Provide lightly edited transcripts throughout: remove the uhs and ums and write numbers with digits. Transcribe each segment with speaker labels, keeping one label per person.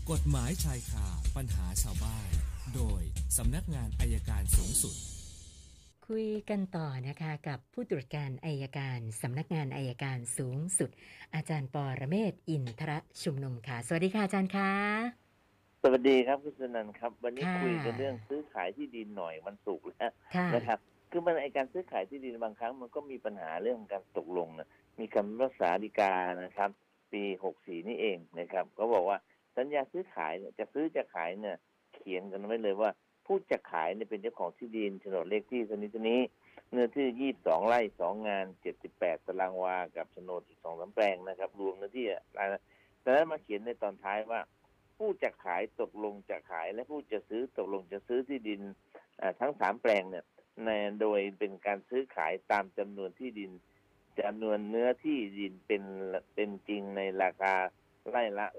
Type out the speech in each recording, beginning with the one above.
Speaker 1: กฎหมายชายคาปัญหาชาวบ้านโดยสำนักงานอัยการสูงสุด
Speaker 2: คุยกันต่อนะคะกับผู้ตรวจการอัยการสำนักงานอัยการสูงสุดอาจารย์ปรเมศวร์อินทรชุมนุมค่ะสวัสดีค่ะอาจารย์คะ
Speaker 3: สวัสดีครับคุณสนันท์ครับวันนี้
Speaker 2: ค่ะ
Speaker 3: คุยกันเรื่องซื้อขายที่ดินหน่อยมันสุกร์แล้ว
Speaker 2: ค่ะ
Speaker 3: นะครับคือมันไอการซื้อขายที่ดินบางครั้งมันก็มีปัญหาเรื่องการตกลงนะมีคำพิพากษาฎีกานะครับปี64นี่เองนะครับเขาบอกว่าสัญญาซื้อขายเนี่ยจะซื้อจะขายเนี่ยเขียนกันไว้เลยว่าผู้จะขายเนี่ยเป็นเจ้าของที่ดินโฉนดเลขที่ชนิดนี้เนื้อที่22ไร่2งาน78ตารางวากับโฉนดอีก2-3แปลงนะครับรวมเนื้อที่แต่นั้นมาเขียนในตอนท้ายว่าผู้จะขายตกลงจะขายและผู้จะซื้อตกลงจะซื้อที่ดินทั้ง3แปลงเนี่ยโดยเป็นการซื้อขายตามจำนวนที่ดินจำนวนเนื้อที่ดินเป็นจริงในราคาไร่ละ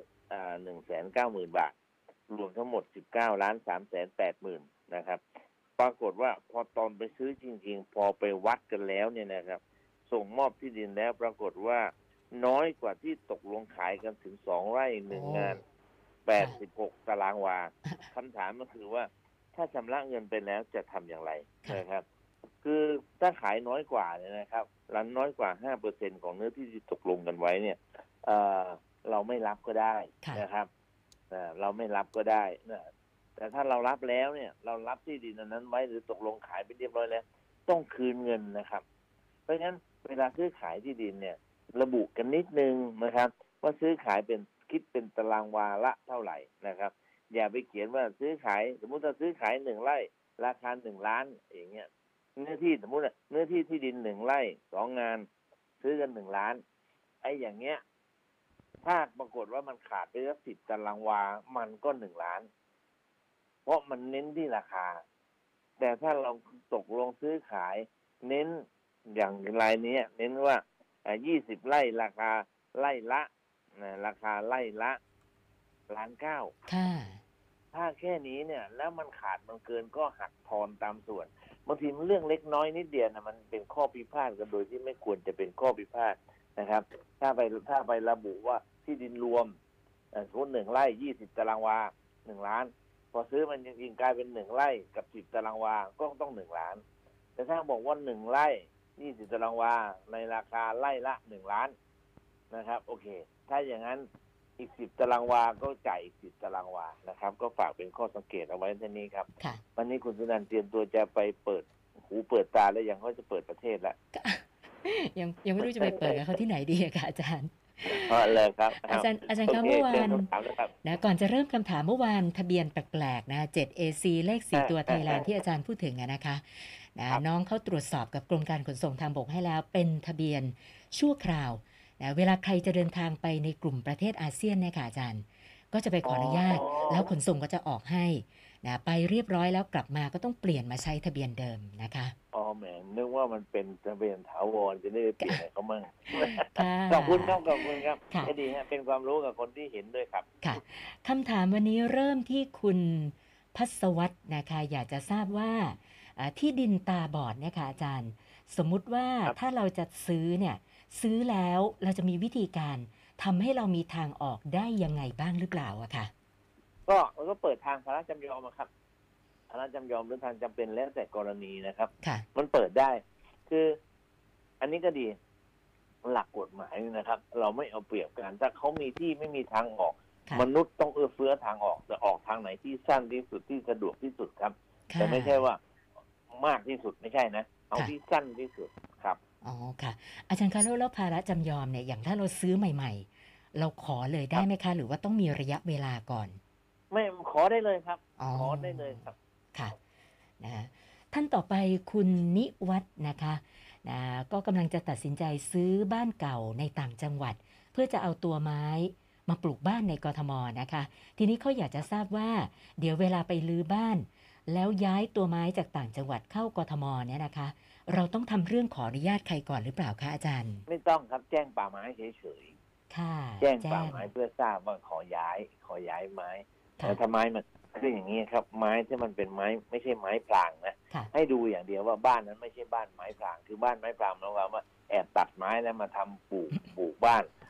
Speaker 3: 190,000 บาทรวมทั้งหมด19,380,000นะครับปรากฏว่าพอตอนไปซื้อจริงๆพอไปวัดกันแล้วเนี่ยนะครับส่งมอบที่ดินแล้วปรากฏว่าน้อยกว่าที่ตกลงขายกันถึง2ไร่1งาน86ตารางวาคำถามก็คือว่าถ้าชำระเงินไปแล้วจะทำอย่างไรนะครับคือถ้าขายน้อยกว่าเนี่ยนะครับหลังน้อยกว่า 5% ของเนื้อที่ตกลงกันไว้เนี่ยเราไม่รับก็ได้นะครับเราไม่รับก็ได้นะแต่ถ้าเรารับแล้วเนี่ยเรารับที่ดินนั้นไว้หรือตกลงขายไปเรียบร้อยแล้วต้องคืนเงินนะครับเพราะฉะนั้นเวลาซื้อขายที่ดินเนี่ยระบุกันนิดนึงนะครับว่าซื้อขายเป็นคิดเป็นตารางวาละเท่าไหร่นะครับอย่าไปเขียนว่าซื้อขายสมมุติถ้าซื้อขาย1ไร่ราคา1ล้านอย่างเงี้ยเนื้อที่สมมุติเนื้อที่ที่ดิน1ไร่2งานซื้อกัน1ล้านไอ้อย่างเงี้ยถ้าปรากฏว่ามันขาดไปสัก10ตารางวามันก็1ล้านเพราะมันเน้นที่ราคาแต่ถ้าเราตกลงซื้อขายเน้นอย่างรายนี้เน้นว่า20ไร่ราคาไร่ละราคาไร่ละ1.9 ล้าน
Speaker 2: ค่ะ
Speaker 3: ถ้าแค่นี้เนี่ยแล้วมันขาดมันเกินก็หักทอนตามส่วนบางทีมันเรื่องเล็กน้อยนิดเดียวนะมันเป็นข้อพิพาทกันโดยที่ไม่ควรจะเป็นข้อพิพาทนะครับถ้าไประบุว่าที่ดินรวมสมมติ1ไร่20ตารางวา1ล้านพอซื้อมันจริงๆกลายเป็น1ไร่กับ10ตารางวาก็ต้อง1ล้านแต่ถ้าบอกว่า1ไร่20ตารางวาในราคาไร่ละ1ล้านนะครับโอเคถ้าอย่างนั้นอีก10ตารางวาก็จ่ายอีก10ตารางวานะครับก็ฝากเป็นข้อสังเกตเอาไว้เท่านี้ครับวันนี้คุณสุนันท์เตรียมตัวจะไปเปิดหูเปิดตาแล้วยังเขาจะเปิดประเทศแล้ว
Speaker 2: ยังไม่รู้จะไปเปิดกับเขาที่ไหนดีค่ะอาจารย์
Speaker 3: เลยครับ
Speaker 2: อาจารย์ครับเมื่อวานนะก่อนจะเริ่มคำถามเมื่อวานทะเบียนแปลกๆนะ 7AC เลข4ตัวไทยแลนด์ที่อาจารย์พูดถึงนะคะนะน้องเขาตรวจสอบกับกรมการขนส่งทางบกให้แล้วเป็นทะเบียนชั่วคราวนะเวลาใครจะเดินทางไปในกลุ่มประเทศอาเซียนเนี่ยค่ะอาจารย์ก็จะไปขออนุญาตแล้วขนส่งก็จะออกให้นะไปเรียบร้อยแล้วกลับมาก็ต้องเปลี่ยนมาใช้ทะเบียนเดิมนะคะ
Speaker 3: แหมนึกว่ามันเป็นทะเบียนถาวรจะได้เปลี่ยนอะไรเขามั่งขอบคุณครับก็ดีฮะเป็นความรู้กับคนที่เห็นด้วยครับ
Speaker 2: ค่ะคำถามวันนี้เริ่มที่คุณพัศวัฒน์นะคะอยากจะทราบว่าที่ดินตาบอดเนี่ยค่ะอาจารย์สมมุติว่าถ้าเราจะซื้อเนี่ยซื้อแล้วเราจะมีวิธีการทำให้เรามีทางออกได้ยังไงบ้างหรือเปล่าอะค่ะ
Speaker 3: ก็เปิดทางพาระจำยอมครับพาระจำยอมหรือทางจำเป็นแล้วแต่กรณีนะครับมันเปิดได้คืออันนี้ก็ดีหลักกฎหมายนะครับเราไม่เอาเปรียบกันถ้าเขามีที่ไม่มีทางออกมนุษย์ต้องเอื้อเฟื้อทางออกจะออกทางไหนที่สั้นที่สุดที่สะดวกที่สุดครับแต่ไม่ใช่ว่ามากที่สุดไม่ใช่นะเอาที่สั้นที่สุดครับ
Speaker 2: อ๋อค่ะอาจารย์คะแล้วภาระจำยอมเนี่ยอย่างถ้าเราซื้อใหม่ๆเราขอเลยได้ไหมคะหรือว่าต้องมีระยะเวลาก่อน
Speaker 3: ไม่ขอได้เลยครับขอได้เลยครับ
Speaker 2: ค่ะนะท่านต่อไปคุณนิวัฒน์นะคะนะก็กำลังจะตัดสินใจซื้อบ้านเก่าในต่างจังหวัดเพื่อจะเอาตัวไม้มาปลูกบ้านในกทมนะคะทีนี้เขาอยากจะทราบว่าเดี๋ยวเวลาไปรื้อบ้านแล้วย้ายตัวไม้จากต่างจังหวัดเข้ากทมเนี่ยนะคะเราต้องทำเรื่องขออนุญาตใครก่อนหรือเปล่าคะอาจารย์
Speaker 3: ไม่ต้องครับแจ้งป่าไม้เฉยๆ
Speaker 2: ค่ะ
Speaker 3: แจ้งป่าไม้เพื่อทราบว่าขอย้ายไม้แต่ถ้าไม้มันคืออย่างนี้ครับไม้ที่มันเป็นไม้ไม่ใช่ไม้พรางนะให้ดูอย่างเดียวว่าบ้านนั้นไม่ใช่บ้านไม้พรางคือบ้านไม้พรางเราว่าแอบตัดไม้แล้วมาทำปลูกบ้าน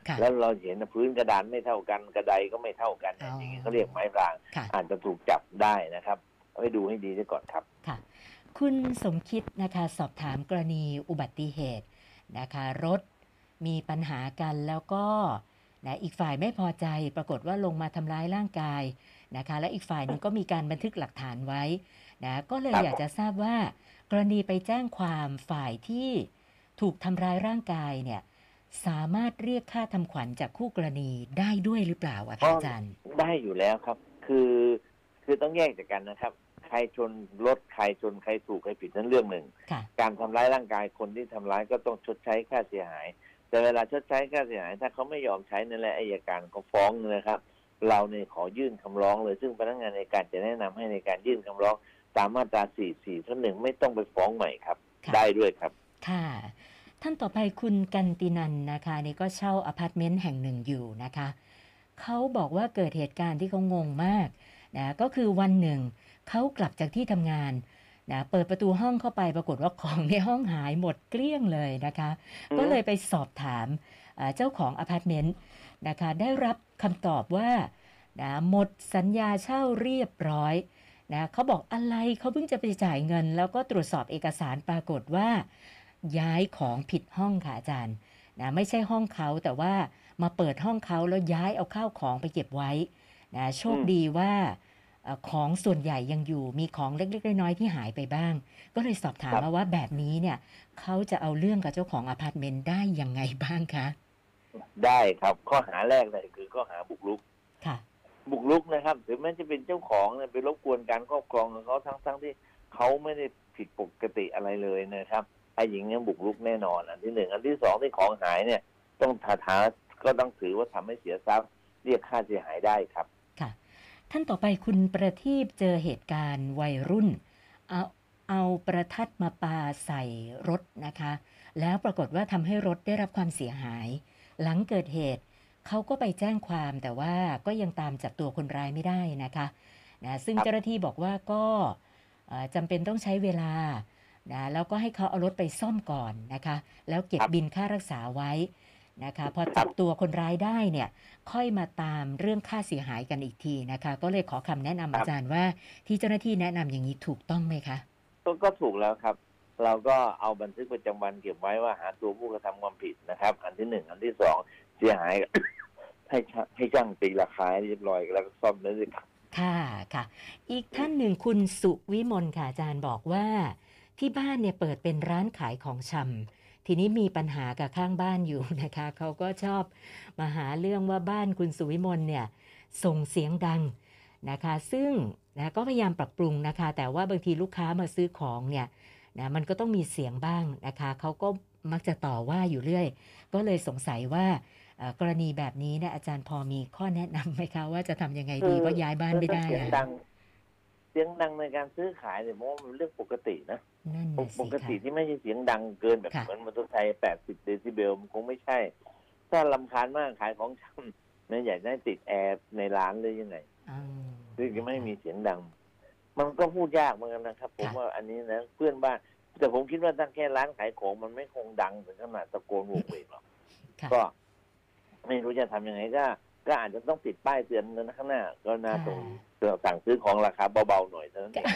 Speaker 3: แล้วเราเห็นพื้นกระดานไม่เท่ากันกระไดก็ไม่เท่ากันอย่างนี้เขาเรียกไม้รางอาจจะถูกจับได้นะครับเอาไปดูให้ดีด้วยก่อนครับ
Speaker 2: ค่ะคุณสมคิดนะคะสอบถามกรณีอุบัติเหตุนะคะรถมีปัญหากันแล้วก็นะอีกฝ่ายไม่พอใจปรากฏว่าลงมาทำร้ายร่างกายนะคะและอีกฝ่ายหนึ่งก็มีการบันทึกหลักฐานไว้นะก็เลยอยากจะทราบว่ากรณีไปแจ้งความฝ่ายที่ถูกทำร้ายร่างกายเนี่ยสามารถเรียกค่าทำขวัญจากคู่กรณีได้ด้วยหรือเปล่าอาจารย์
Speaker 3: ได้อยู่แล้วครับคือต้องแยกจากกันนะครับใครชนรถใครชนใครถูกใครผิดนั่นเรื่องหนึ่งการทำร้ายร่างกายคนที่ทำร้ายก็ต้องชดใช้ค่าเสียหายแต่เวลาชดใช้ค่าเสียหายถ้าเขาไม่ยอมใช้นั่นแหละอัยการก็ฟ้องนะครับเราเนี่ยขอยื่นคำร้องเลยซึ่งพนักงานอัยการจะแนะนำให้ในการยื่นคำร้องตามมาตรา 44(1) ไม่ต้องไปฟ้องใหม่ครับได้ด้วยครับ
Speaker 2: ค่ะท่านต่อไปคุณกันตินันนะคะนี่ก็เช่าอพาร์ตเมนต์แห่งหนึ่งอยู่นะคะเขาบอกว่าเกิดเหตุการณ์ที่เขางงมากนะก็คือวันหนึ่งเขากลับจากที่ทำงานนะเปิดประตูห้องเข้าไปปรากฏว่าของในห้องหายหมดเกลี้ยงเลยนะคะก็เลยไปสอบถามเจ้าของอพาร์ตเมนต์นะคะได้รับคำตอบว่านะหมดสัญญาเช่าเรียบร้อยนะเขาบอกอะไรเขาเพิ่งจะไปจ่ายเงินแล้วก็ตรวจสอบเอกสารปรากฏว่าย้ายของผิดห้องค่ะอาจารย์นะไม่ใช่ห้องเขาแต่ว่ามาเปิดห้องเขาแล้วย้ายเอาข้าวของไปเก็บไว้นะโชคดีว่าของส่วนใหญ่ยังอยู่มีของเล็กๆน้อยๆที่หายไปบ้างก็เลยสอบถามมาว่าแบบนี้เนี่ยเขาจะเอาเรื่องกับเจ้าของอพาร์ตเมนต์ได้ยังไงบ้างคะ
Speaker 3: ได้ครับข้อหาแรกเลยคือข้อหาบุกรุก
Speaker 2: ค่ะ
Speaker 3: บุกรุกนะครับถึงแม้จะเป็นเจ้าของไปรบกวนการครอบครองของเขาทั้งที่เขาไม่ได้ผิดปกติอะไรเลยนะครับไอ้หญิงเนี่ยบุกรุกแน่นอนอันที่หนึ่งอันที่สองที่ของหายเนี่ยต้องก็ต้องถือว่าทำให้เสียทรัพย์เรียกค่าเสียหายได้ครับ
Speaker 2: ค่ะท่านต่อไปคุณประทีปเจอเหตุการณ์วัยรุ่นเอาประทัดมาปาใส่รถนะคะแล้วปรากฏว่าทำให้รถได้รับความเสียหายหลังเกิดเหตุเขาก็ไปแจ้งความแต่ว่าก็ยังตามจับตัวคนร้ายไม่ได้นะคะนะซึ่งเจ้าหน้าที่บอกว่าก็จำเป็นต้องใช้เวลานะแล้วก็ให้เขาเอารถไปซ่อมก่อนนะคะแล้วเก็บบินค่ารักษาไว้นะคะพอจับตัวคนร้ายได้เนี่ยค่อยมาตามเรื่องค่าเสียหายกันอีกทีนะคะก็เลยขอคำแนะนำอาจารย์ว่าที่เจ้าหน้าที่แนะนำอย่างนี้ถูกต้องไหมคะ
Speaker 3: ก็ถูกแล้วครับเราก็เอาบันทึกประจำวันเก็บไว้ว่าหาตัวผู้กระทำความผิดนะครับอันที่หนึ่งอันที่สองเสียหาย ให้ช่างตีราคาเรียบร้อยแล้วก็ซ่อมได้เลยครับ
Speaker 2: ค่ะค่ะอีกท่านหนึ่งคุณสุวิมลค่ะอาจารย์บอกว่าที่บ้านเนี่ยเปิดเป็นร้านขายของชำทีนี้มีปัญหากับข้างบ้านอยู่นะคะเขาก็ชอบมาหาเรื่องว่าบ้านคุณสุวิมลเนี่ยส่งเสียงดังนะคะซึ่งนะก็พยายามปรับปรุงนะคะแต่ว่าบางทีลูกค้ามาซื้อของเนี่ยนะมันก็ต้องมีเสียงบ้างนะคะเขาก็มักจะต่อว่าอยู่เรื่อยก็เลยสงสัยว่ากรณีแบบนี้เนี่ยอาจารย์พอมีข้อแนะนำไหมคะว่าจะทำยังไงดีว่าย้ายบ้านไม่ได้
Speaker 3: เสียงดังในการซื้อขายเนี่ยมันเรื่องปกตินะปกติที่ไม่ใช่เสียงดังเกินแบบเหมือนมอเตอร์ไซค์80 เดซิเบลมันคงไม่ใช่ถ้ารำคาญมากขายของชำเนี่ยอยากได้ติดแอร์ในร้านเลยยังไงซึ่งจะไม่มีเสียงดังมันก็พูดยากเหมือนกันนะครับผมว่าอันนี้นะเพื่อนบ้านแต่ผมคิดว่าถ้าแค่ร้านขายของมันไม่คงดังถึงขนาดตะโกนโวกเวกหรอกก็ไม่รู้จะทำยังไงก็อาจจะต้องติดป้ายเตือนข้างหน้าก็น่าตรงสั่งซื้อของราคาเบาๆหน่อยเท่านั้นเอง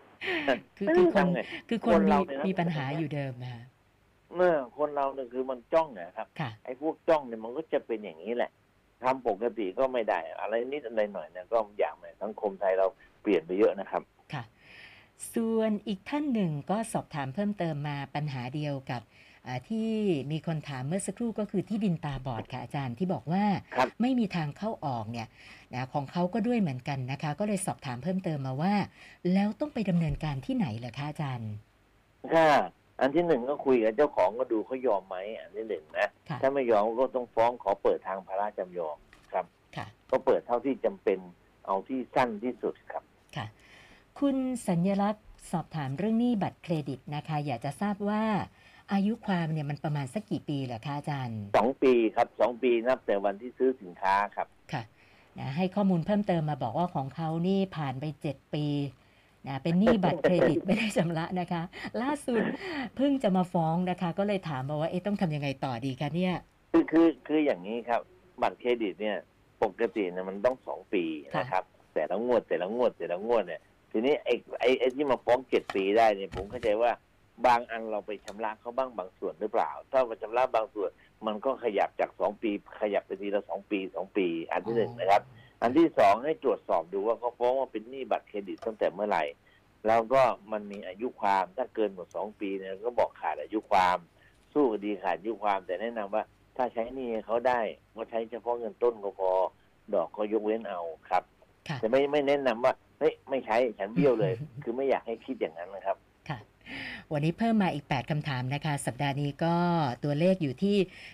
Speaker 2: คือคนมีปัญหาอยู่เดิมนะ
Speaker 3: เมื่อคนเราเนี่ยคือมันจ้องนะครับไอ้พวกจ้องเนี่ยมันก็จะเป็นอย่างนี้แหละทำปกติก็ไม่ได้อะไรนิดอะไรหน่อยเนี่ยก็อย่างไรสังคมไทยเราเปลี่ยนไปเยอะนะครับ
Speaker 2: ค่ะส่วนอีกท่านหนึ่งก็สอบถามเพิ่มเติมมาปัญหาเดียวกับที่มีคนถามเมื่อสักครู่ก็คือที่ดินตาบอดค่ะอาจารย์ที่บอกว่าไม่มีทางเข้าออกเนี่ยนะของเขาก็ด้วยเหมือนกันนะคะก็เลยสอบถามเพิ่มเติมมาว่าแล้วต้องไปดำเนินการที่ไหนเหรอคะอาจารย์
Speaker 3: ค่ะอันที่หนึ่งก็คุยกับเจ้าของก็ดูเขายอมไหมอันที่หนึ่งนะถ้าไม่ยอมก็ต้องฟ้องขอเปิดทางพระราชจำยอมครับก็เปิดเท่าที่จำเป็นเอาที่สั้นที่สุดครับ
Speaker 2: ค่ะคุณสัญลักษณ์สอบถามเรื่องหนี้บัตรเครดิตนะคะอยากจะทราบว่าอายุความเนี่ยมันประมาณสักกี่ปีเหรอคะอาจารย์
Speaker 3: 2 ปีครับ2 ปีนับแต่วันที่ซื้อสินค้าครับ
Speaker 2: ค่ะนะให้ข้อมูลเพิ่มเติมมาบอกว่าของเขานี่ผ่านไป7 ปีนะเป็นหนี้บัตรเครดิตไม่ได้ชำระนะคะล่าสุดเพิ่งจะมาฟ้องนะคะก็เลยถามมาว่าต้องทำยังไงต่อดีคะเนี่ย
Speaker 3: คืออย่างนี้ครับบัตรเครดิตเนี่ยปกติเนี่ยมันต้อง2 ปีนะครับแต่ละงวดเนี่ยทีนี้ไอ้ที่มาฟ้อง7 ปีได้เนี่ยผมเข้าใจว่าบางอันเราไปชำระเขาบ้างบางส่วนหรือเปล่าถ้าไปชำระบางส่วนมันก็ขยับจาก2 ปีขยับไปทีละ2 ปี อันที่1นะครับอันที่2ให้ตรวจสอบดูว่าเขาฟ้องว่าเป็นหนี้บัตรเครดิตตั้งแต่เมื่อไหร่แล้วก็มันมีอายุความถ้าเกินหมด2 ปีเนี่ยก็บอกขาดอายุความสู้คดีขาดอายุความแต่แนะนำว่าถ้าใช้หนี้เขาได้ก็ใช้เฉพาะเงินต้นก็พอดอกก็ยกเว้นเอาครับแต่ไม่แนะนำว่าเฮ้ยไม่ใช้ฉันเบี้ยวเลย คือไม่อยากให้คิดอย่างนั้นนะครับ
Speaker 2: ค่ะวันนี้เพิ่มมาอีก8คำถามนะคะสัปดาห์นี้ก็ตัวเลขอยู่ที่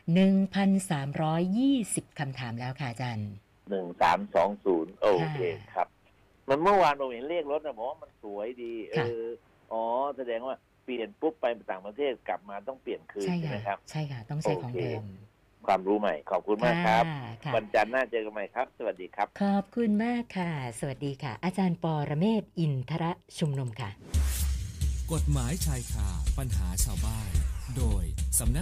Speaker 2: 1,320 คำถามแล้วค่ะอาจารย์
Speaker 3: 1320โอเคครับมันเมื่อวานเราเห็นเลขรถนะผมว่ามันสวยดีแสดงว่าเปลี่ยนปุ๊บไปต่างประเทศกลับมาต้องเปลี่ยนคืนใช่ไหมครับ
Speaker 2: ใช่ค่ะต้องใช้ของเดิม
Speaker 3: ความรู้ใหม่ขอบคุณมากครับวันจันทร์หน้าเจอกันใหม่ครับสวัสดีครับ
Speaker 2: ขอบคุณมากค่ะสวัสดีค่ะอาจารย์ปรเมศวร์อินทรชุมนุมค่ะ
Speaker 1: กฎหมายชายคาปัญหาชาวบ้านโดยสำนัก